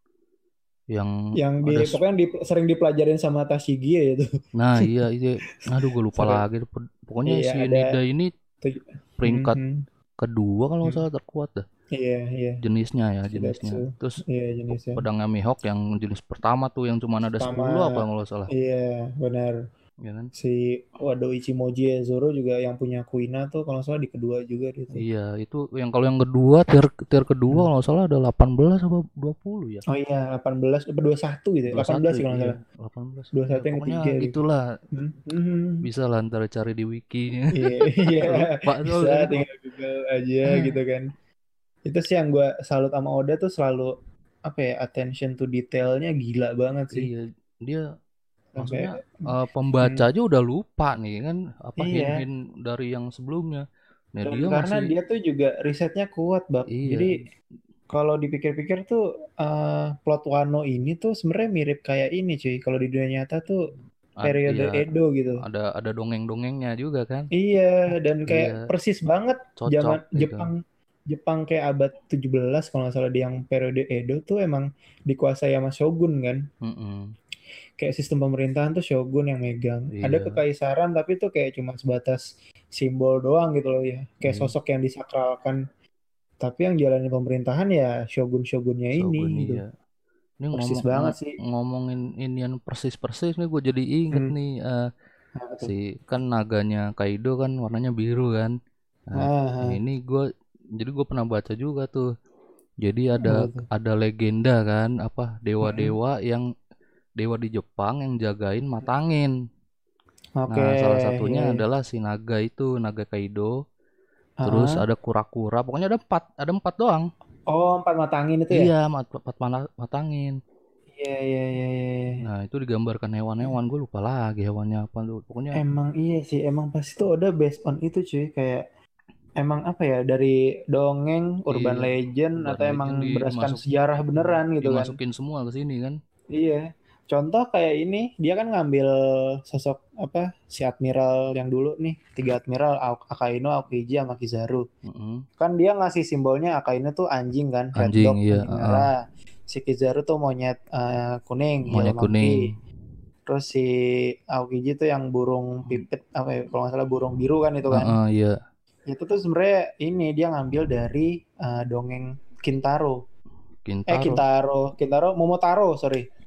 yang Yang ada pokoknya sering dipelajarin sama Tashigi ya itu. nah iya itu, aduh gue lupa Sering. lagi. Pokoknya Iya, si ada Nida ini tuh. peringkat Mhm. kedua kalau nggak Mhm. salah terkuat dah. Iya, iya. Jenisnya ya, jenisnya. Shigatsu. Terus Iya, jenisnya. pedangnya Mihawk yang jenis pertama tuh yang cuma ada Pertama, 10 apa kalau nggak salah. iya, benar. Ya kan? Si Wado Ichimoji Zoro juga yang punya Kuina tuh kalau nggak salah di kedua juga gitu. Iya, itu yang kalau yang kedua tier kedua Hmm. kalau nggak salah ada 18 apa 20 ya. Oh iya, 18 apa 21 gitu ya. 18 21 sih kalau nggak iya, salah. 18. Ya 21 yang pokoknya ketiga gitu. gitulah. Hmm. Hmm. Bisa lah ntar cari di wikinya. Iya, iya. Lupa Bisa soalnya. tinggal Google aja gitu kan. Itu sih yang gue salut sama Oda tuh selalu apa ya, attention to detailnya gila banget sih. Iya, dia maksudnya Sampai pembaca hmm, aja udah lupa nih kan apa iya. hint-hint dari yang sebelumnya. Nah, Dan dia karena masih dia tuh juga risetnya kuat, Bang. iya, Jadi kalau dipikir-pikir tuh plot Wano ini tuh sebenarnya mirip kayak ini cuy. Kalau di dunia nyata tuh periode iya Edo gitu. ada dongeng-dongengnya juga kan. Iya, dan kayak Iya, persis banget zaman cocok gitu. Jepang Jepang kayak abad 17 kalau nggak salah di yang periode Edo tuh emang dikuasai sama shogun kan. Mm-mm. Kayak sistem pemerintahan tuh shogun yang megang. Ada Iya, kekaisaran tapi tuh kayak cuma sebatas simbol doang gitu loh ya. Kayak iya. sosok yang disakralkan. Tapi yang jalanin pemerintahan ya shogun-shogunnya ini Shogun gitu. iya. Ini Persis banget sih. ngomongin inian persis-persis nih gue jadi inget Hmm. nih Apa tuh? si kan naganya Kaido kan warnanya biru kan. Nah, Ah, ini gue pernah baca juga tuh. Jadi apa tuh? ada legenda kan apa Hmm. dewa-dewa yang dewa di Jepang yang jagain matangin. Oke, Nah, salah iya, satunya iya. adalah si naga itu, naga Kaido. Terus Ah. ada kura-kura, pokoknya ada empat doang. Oh, empat matangin itu ya? Iya, matangin. Iya, iya, iya, iya, iya. Nah, itu digambarkan hewan-hewan, gue lupa lagi hewannya apa tuh. Pokoknya Emang iya sih, emang pasti tuh udah based on itu cuy, kayak emang apa ya, dari dongeng, urban iya, legend, Urban atau emang Legend berdasarkan sejarah beneran gitu kan. dimasukin semua ke sini kan. Iya. Contoh kayak ini, dia kan ngambil sosok apa, si Admiral yang dulu nih, tiga Admiral, Akainu, Aokiji, sama Kizaru. Mm-mm. Kan dia ngasih simbolnya Akainu tuh anjing kan, red Anjing, dog, iya, anjing merah. Si Kizaru tuh monyet kuning, yellow monyet kuning. monkey. Terus si Aokiji tuh yang burung pipit apa ya, kalau nggak salah burung biru kan itu kan. Iya, Itu tuh sebenarnya ini dia ngambil dari dongeng Kintaro. Kintaro. Kintaro, Momotaro, sorry.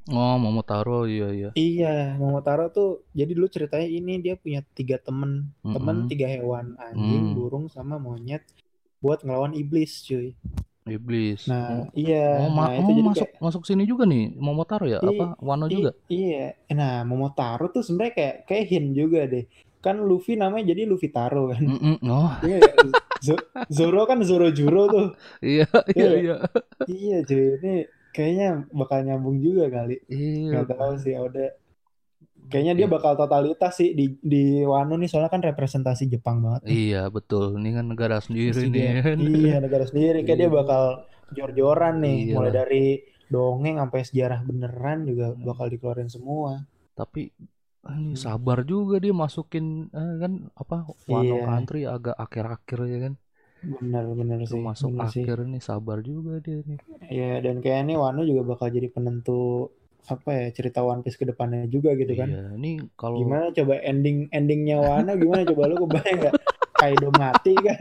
Oh, Momotaro, iya iya. Iya, Momotaro tuh jadi dulu ceritanya ini dia punya 3 temen, temen Mm-mm. 3 hewan, anjing, Hmm, burung, sama monyet buat ngelawan iblis, cuy. iblis. Nah, Oh, iya, oh, nah itu oh, jadi masuk kayak masuk sini juga nih, Momotaro ya? i, Apa Wano juga? iya. Nah, Momotaro tuh sebenarnya kayak hint juga deh. Kan Luffy namanya jadi Luffy Taro kan. Mm-mm. Oh, Iya gak? Zoro kan Zoro Juro tuh. iya Iya iya gak? iya. Iya cuy, ini kayaknya bakal nyambung juga kali. Iya, Nggak tahu sih, udah. Kayaknya dia oke. bakal totalitas sih di Wano nih, soalnya kan representasi Jepang banget nih. Iya, betul. Ini kan negara sendiri nih Presiden. kan. Iya, negara sendiri. Kayak dia Iya, bakal jor-joran nih. Mulai iyalah. dari dongeng sampai sejarah beneran juga bakal dikeluarin semua. Tapi ini Hmm. sabar juga dia masukin kan apa Wano Iya, Country agak akhir-akhir ya kan. bener-bener Itu sih. masuk Bener sih. akhir nih sabar juga dia nih. Iya, dan kayaknya Wano juga bakal jadi penentu apa ya, cerita One Piece ke depannya juga gitu kan. Iya, ini kalau Gimana coba endingnya Wano gimana, coba lu kebayang nggak? Kaido mati kah?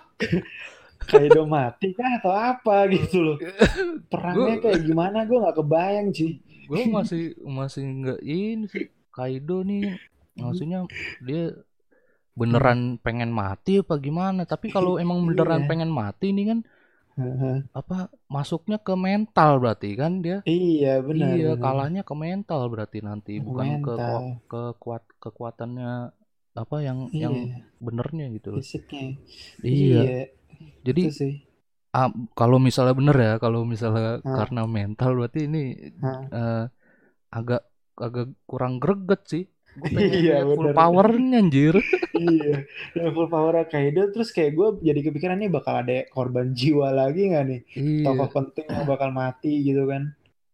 Kaido mati kah atau apa gitu loh. Perangnya gue kayak gimana gue nggak kebayang sih. gue masih masih nggak ini sih Kaido nih maksudnya dia Hmm. beneran pengen mati apa gimana? Tapi kalau emang beneran Iya. pengen mati nih kan Heeh. apa masuknya ke mental berarti kan dia. Iya, Iya, benar-benar kalahnya ke mental berarti nanti bukan mental. kekuatannya apa yang Iya, benernya gitu loh. fisiknya. Iya, Iya, jadi itu sih. kalau misalnya bener ya, kalau misalnya Hah, karena mental berarti ini hah. eh, agak agak kurang greget sih. Gue pengen Iya, lihat full benar. powernya anjir. Iya, level power Kaido, terus kayak gue jadi kepikiran nih bakal ada korban jiwa lagi nggak nih? Tokoh Iya. penting yang bakal mati gitu kan?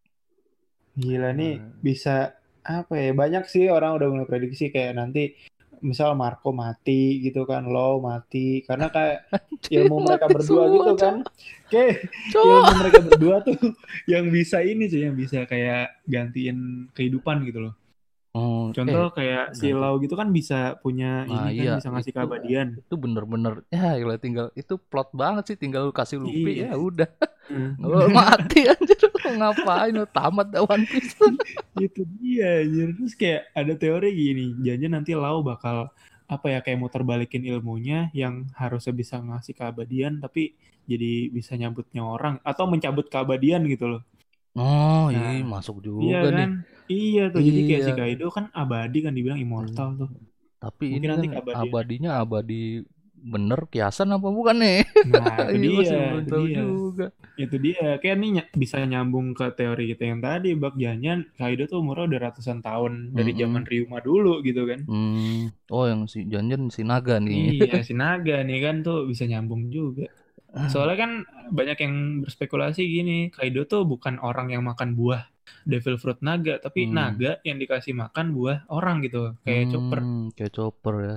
Gila nih, Nah, bisa apa ya? Banyak sih orang udah mulai prediksi kayak nanti misal Marco mati gitu kan, Law mati karena kayak anjir ilmu mereka mati berdua gitu semua, kan. Cok. Kayak ilmu Cok. mereka berdua tuh yang bisa ini sih, yang bisa kayak gantiin kehidupan gitu loh. Oh, Contoh kayak si ganti. Lau gitu kan bisa punya Nah, ini kan, iya bisa ngasih itu keabadian. itu bener-bener ya gila tinggal itu plot banget sih tinggal lu kasih Luffy ya Iya. udah Hmm. nggak bakal mati anjir lu ngapain lu tamat dah One Piece. Itu dia anjir. Terus kayak ada teori gini, jadi nanti Lau bakal apa ya, kayak muter balikin ilmunya yang harusnya bisa ngasih keabadian tapi jadi bisa nyabutnya orang atau mencabut keabadian gitu loh. Oh iya Nah, masuk iya juga nih. kan? Iya tuh. Jadi kayak Iya. si Kaido kan abadi kan, dibilang Hmm. immortal tuh. Tapi Mungkin ini nanti kan keabadiannya abadinya dicabut. abadi bener kiasan apa bukan nih. Nah, itu Iya dia, masih belum itu tahu dia. juga. Itu dia. Kayak nih bisa nyambung ke teori kita yang tadi, Bak. Jangan Kaido tuh umurnya udah ratusan tahun dari zaman Mm-mm. Ryuma dulu gitu kan. Oh yang si Janjan si Naga nih. Iya, si Naga nih kan tuh bisa nyambung juga. Soalnya kan banyak yang berspekulasi gini, Kaido tuh bukan orang yang makan buah Devil Fruit Naga, tapi Hmm. naga yang dikasih makan buah orang gitu, kayak Chopper. Kayak Chopper ya.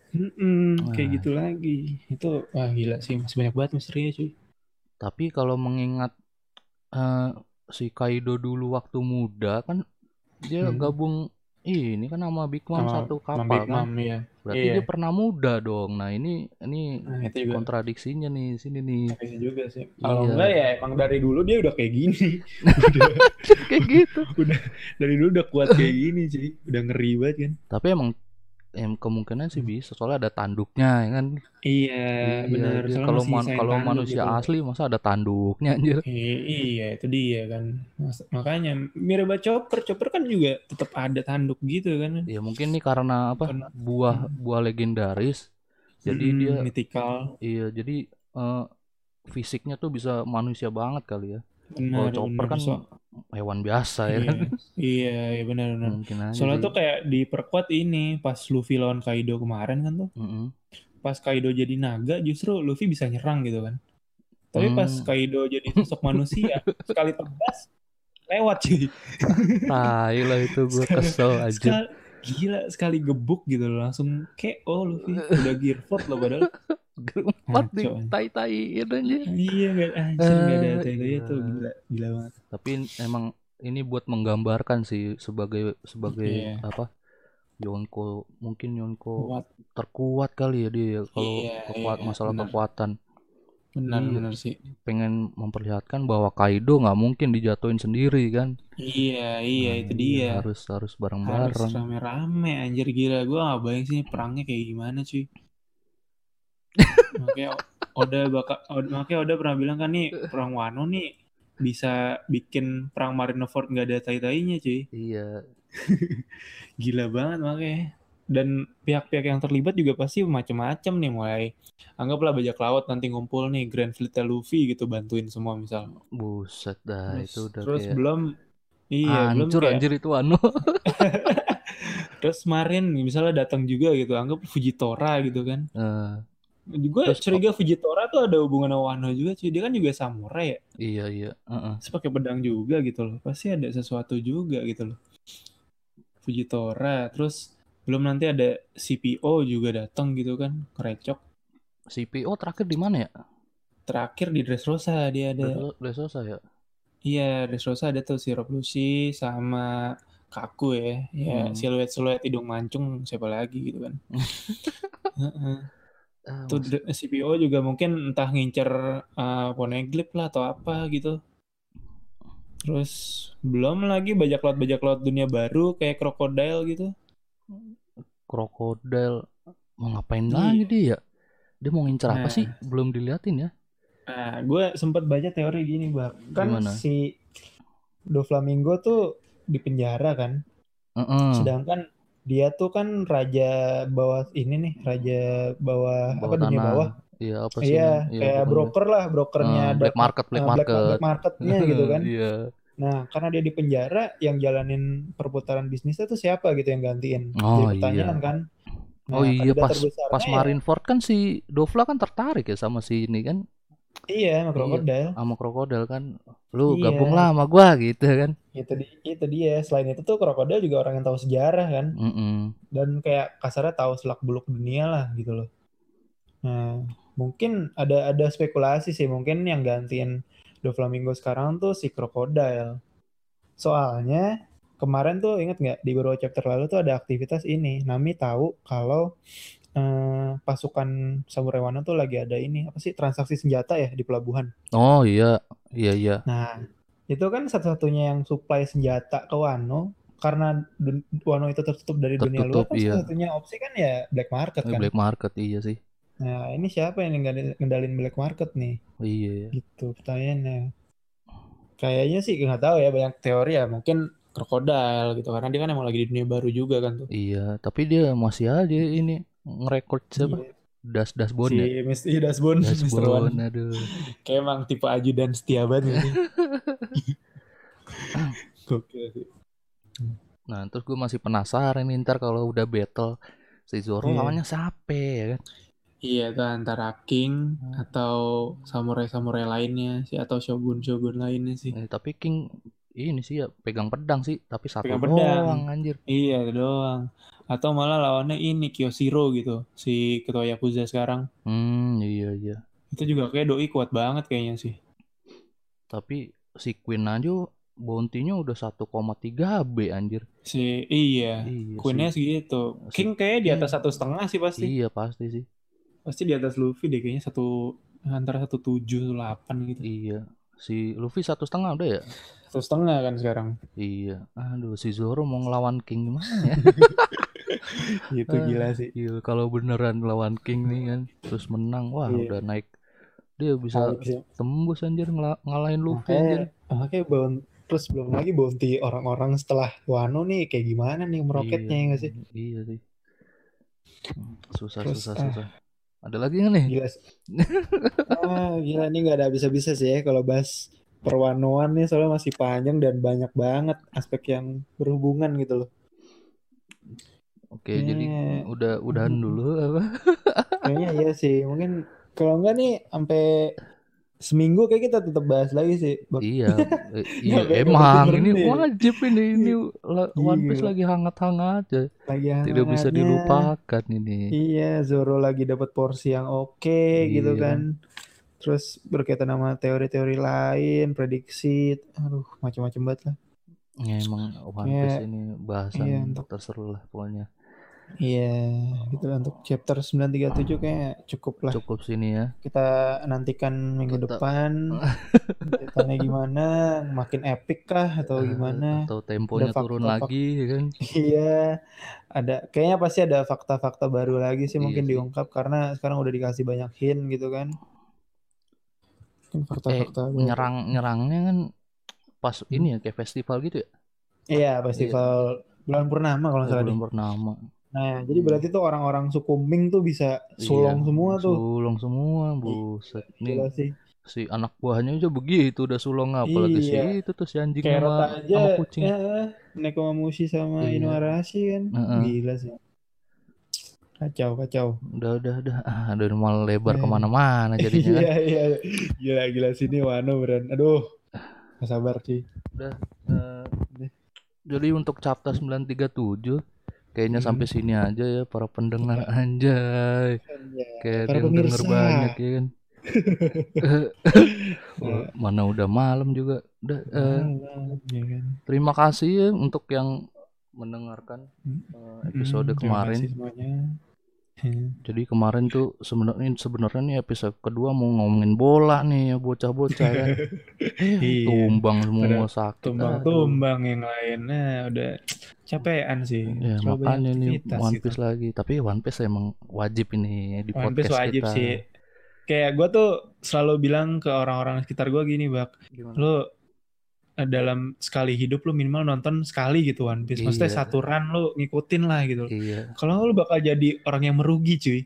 Kayak Nah, gitu lagi. Itu wah gila sih, masih banyak banget misterinya cuy. tapi kalau mengingat eh, si Kaido dulu waktu muda kan dia Hmm. gabung ini kan sama Big Mom Sama satu sama kapal Big kan. Mom ya. Berarti Iya. dia pernah muda dong. Nah, ini Nah, itu juga kontradiksinya nih sini nih. bisa juga sih. Kalau enggak Iya, ya emang dari dulu dia udah kayak gini. Udah kayak gitu. udah dari dulu udah kuat kayak gini sih. Udah ngeri banget kan. Tapi emang kemungkinan sih bisa soalnya ada tanduknya ya kan. Iya, Iya, benar. dia Soalnya kalau masih nyisain kalau tanduk manusia gitu loh. asli masa ada tanduknya anjir. Iya, itu dia kan. Makanya mirip banget Chopper. Chopper kan juga tetap ada tanduk gitu kan. Ya mungkin nih karena apa? Bukan Buah mm, buah legendaris. Jadi dia mythical. iya jadi eh, fisiknya tuh bisa manusia banget kali ya. Kalau Benar, Chopper benar. kan hewan biasa ya Iya, kan. iya, iya, benar, benar. Mungkin aja Soalnya sih. tuh kayak diperkuat ini pas Luffy lawan Kaido kemarin kan tuh. Mm-mm. Pas Kaido jadi naga justru Luffy bisa nyerang gitu kan. Tapi pas Hmm. Kaido jadi sosok manusia, sekali tebas lewat cuy. Tai lah itu gue sekali, kesel aja. sekali gila, sekali gebuk gitu loh, langsung kayak oh Luffy udah gear 4 loh padahal. Gerempat di Ngaco. tai-taiin aja. Iya, nggak anjir, nggak ada tanda tuh, Gila. gila gila banget. Tapi emang ini buat menggambarkan sih sebagai sebagai Iya, apa? Yonko mungkin Yonko kuat. terkuat kali ya dia kalau Iya, kekuat iya, masalah benar. kekuatan. Iya, Benar-benar sih. pengen memperlihatkan bahwa Kaido nggak mungkin dijatuhin sendiri kan. Iya, iya Nah, itu iya dia. harus Harus bareng-bareng. rame-rame anjir, gila. Gue gak bayang sih perangnya kayak gimana cuy. Makanya makanya Oda pernah bilang kan nih, perang Wano nih bisa bikin perang Marineford nggak ada tai-tainya cuy. Iya, Gila banget makanya. Dan pihak-pihak yang terlibat juga pasti macam-macam nih, mulai anggaplah bajak laut nanti ngumpul nih Grand Fleet Luffy gitu bantuin semua misal. buset dah Terus itu udah terus kayak belum belum hancur kayak anjir itu Wano. terus Marin misalnya datang juga gitu, anggap Fujitora gitu kan. Eh, Gue terus curiga Fujitora tuh ada hubungan sama Wano juga cuy. Dia kan juga samurai ya. iya iya, heeh. Terus pakai pedang juga gitu loh. Pasti ada sesuatu juga gitu loh. Fujitora. Terus belum nanti ada CPO juga datang gitu kan. Kerecok. CPO terakhir di mana ya? Terakhir di Dressrosa dia ada. Dressrosa ya. Iya, Dressrosa ada tuh si Rob Lucy sama Kaku ya. Ya Hmm. siluet-siluet hidung mancung siapa lagi gitu kan. Heeh. Tuh Mas, CPO juga mungkin entah ngincer Poneglyph lah atau apa gitu. Terus belum lagi bajak laut dunia baru kayak krokodil gitu. krokodil mau ngapain lagi Iya. dia ya? Dia mau ngincer apa sih? Nah, Belum diliatin ya. gue sempat baca teori gini, Bang. Kan Gimana? si Doflamingo tuh di penjara kan. Heeh. Sedangkan dia tuh kan raja bawah ini nih, raja bawah apa Bawah dunia tanah. bawah. Iya apa sih Iya, iya kayak pokoknya. broker lah, brokernya Black market, black black market. marketnya gitu kan. Iya. Nah, karena dia di penjara, yang jalanin perputaran bisnisnya tuh siapa gitu yang gantiin? Jadi Oh pertanyaan iya. kan. Oh Nah, iya kandidat pas terbesarnya ya Marineford kan si Dovla kan tertarik ya sama si ini kan. iya sama Iya, krokodil. sama krokodil kan. Lu gabunglah Iya, sama gua gitu kan. itu dia. Selain itu tuh krokodil juga orang yang tahu sejarah kan, Mm-mm. dan kayak kasarnya tahu selak beluk dunia lah gitu loh. Nah, mungkin ada spekulasi sih, mungkin yang gantiin Doflamingo sekarang tuh si krokodil. Soalnya kemarin tuh inget nggak di beberapa chapter lalu tuh ada aktivitas ini. Nami tahu kalau pasukan Samurai Wano tuh lagi ada ini apa sih, transaksi senjata ya di pelabuhan. Oh iya, iya iya. Nah, itu kan satu-satunya yang supply senjata ke Wano, karena Wano itu tertutup dari dunia luar, Tertutup kan iya. satu-satunya opsi kan ya black market kan. Black market iya sih. Nah, ini siapa yang ngendalin black market nih? Iya ya. Gitu pertanyaannya. Kayaknya sih nggak tahu ya, banyak teori ya, mungkin krokodil gitu karena dia kan emang lagi di dunia baru juga kan tuh. Iya, tapi dia masih aja ini ngerekord siapa? Iya. Das Bond Si ya. Mr. Dasbon, Das Mr. One. Bond aduh. Kayak emang tipe ajudan setia banget gak sih? Gokil sih. Nah, terus gue masih penasaran nih ntar kalau udah battle si Zoro Iya. lawannya siapa ya kan? Iya tuh antara King atau samurai-samurai lainnya sih, atau shogun-shogun lainnya sih. Tapi King ini sih ya pegang pedang sih, tapi satu Pegang pedang. doang anjir. Iya itu doang. Atau malah lawannya ini Kyoshiro gitu, si ketua Yakuza sekarang. Iya iya. Itu juga kayak doi kuat banget kayaknya sih. Tapi si Queen aja bounty-nya udah 1,3 B anjir. Iya, Iya Queen-nya segitu. si King kayaknya di King atas 1,5 sih pasti. iya pasti sih. Pasti di atas Luffy deh kayaknya, antara 1,7 1,8 gitu. Iya. Si Luffy 1,5 udah ya? 1,5 kan sekarang. Iya. Aduh si Zoro mau ngelawan King gimana ya? Itu gila sih. Iya, kalau beneran lawan King nih kan terus menang, wah udah Iya. naik. Dia bisa Hype sih. tembus anjir ngalahin Luffy Makanya anjir. makanya terus belum lagi bounty orang-orang setelah Wano nih kayak gimana nih Iya, meroketnya ya nggak sih? iya sih. Susah, Terus susah, susah. Ada lagi nggak nih? gila. Gila nih nggak ada habis-habisnya sih ya kalau bahas perwanoan nih, soalnya masih panjang dan banyak banget aspek yang berhubungan gitu loh. Oke, jadi Kayaknya udahan dulu apa? kayaknya iya sih. Mungkin kalau enggak nih sampai seminggu kayak kita tetap bahas lagi sih. Iya, iya Nggak berhenti emang ini berhenti. wajib ini One Piece Gila, lagi hangat-hangat aja. lagi Tidak bisa hangat-hangatnya. dilupakan ini. Iya, Zoro lagi dapat porsi yang oke gitu kan. Iya, Terus berkaitan sama teori-teori lain, prediksi, aduh macam-macam banget lah. ya emang One Piece Kayak ini iya bahasan untuk terseru lah pokoknya. Iya, gitu lah untuk chapter 937 kayak cukup lah. Cukup sini ya. Kita nantikan minggu Kita depan ceritanya gimana, makin epic kah atau gimana? atau Ada temponya turun fakta-fakta. lagi ya kan? Iya, ada kayaknya pasti ada fakta-fakta baru lagi sih Iya mungkin sih. diungkap karena sekarang udah dikasih banyak hint gitu kan. Mungkin fakta-fakta baru. Nyerangnya kan pas Hmm. ini ya kayak festival gitu ya. Iya, Iya. festival bulan purnama kalau nggak salah Bulan deh. purnama. Nah, jadi berarti tuh orang-orang suku Ming tuh bisa Iya, sulong semua tuh. sulong semua, Ih, buset. Nih gila sih. si anak buahnya aja begitu udah sulong, apalagi si Iya, itu tuh si anjing Carrot sama aja kucing. ya Nekomamushi sama Iya. Inuarashi kan. Heeh. Gila sih. Kacau, kacau. Udah. Udah mau lebar Eh, kemana-mana jadinya kan. iya, iya. Gila, gila sini Wano beran. Aduh, gak sabar sih. Udah. eh, jadi untuk chapter 937 kayaknya Hmm. sampai sini aja ya para pendengar, anjay. Ya, Kayak ada para yang denger pemirsa. banyak ya kan. Nah, Mana udah malam juga. Udah. malam, ya kan. Terima kasih ya untuk yang mendengarkan episode Terima kemarin. kasih semuanya. Jadi kemarin tuh sebenarnya nih episode kedua mau ngomongin bola nih ya bocah-bocah kan. Iya, Tumbang pada semua sakit. Aduh. tumbang-tumbang yang lain. Nah, udah capean sih. Ya Terlalu banyak makanya nih aktivitas One gitu. Piece lagi. Tapi One Piece emang wajib ini di One Piece podcast wajib kita. sih. Kayak gue tuh selalu bilang ke orang-orang sekitar gue gini, Bak. Gimana? Lu dalam sekali hidup lu minimal nonton sekali gitu One Piece. Maksudnya Iya. satu run lu ngikutin lah gitu. Iya. Kalau lu bakal jadi orang yang merugi, cuy.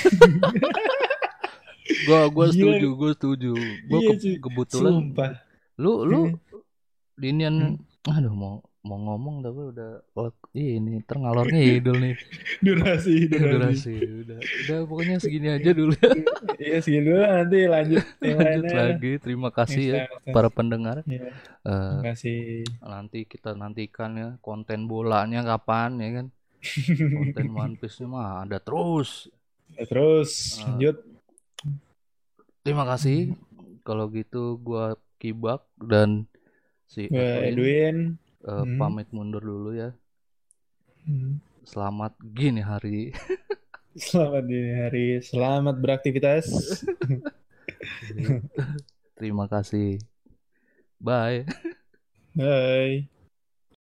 Gue Gila. setuju. Gue Iya, cuy. kebetulan Sumpah. lu dinian Hmm. aduh mau ngomong tapi udah ini ngalor ngidul nih. Durasi. Durasi udah pokoknya segini aja dulu. Iya segini dulu nanti lanjut yang Lanjut lainnya. lagi. Terima kasih ya Next time. para pendengar. Iya, Eh, terima kasih. nanti kita nantikan ya konten bolanya kapan ya kan. Konten One Piece-nya mah ada terus. Ya, terus lanjut. Terima kasih. Kalau gitu gua Kibak dan si Edwin. pamit mundur dulu ya. Selamat gini hari. Selamat dini hari. Selamat beraktivitas. Terima kasih. Bye. Bye.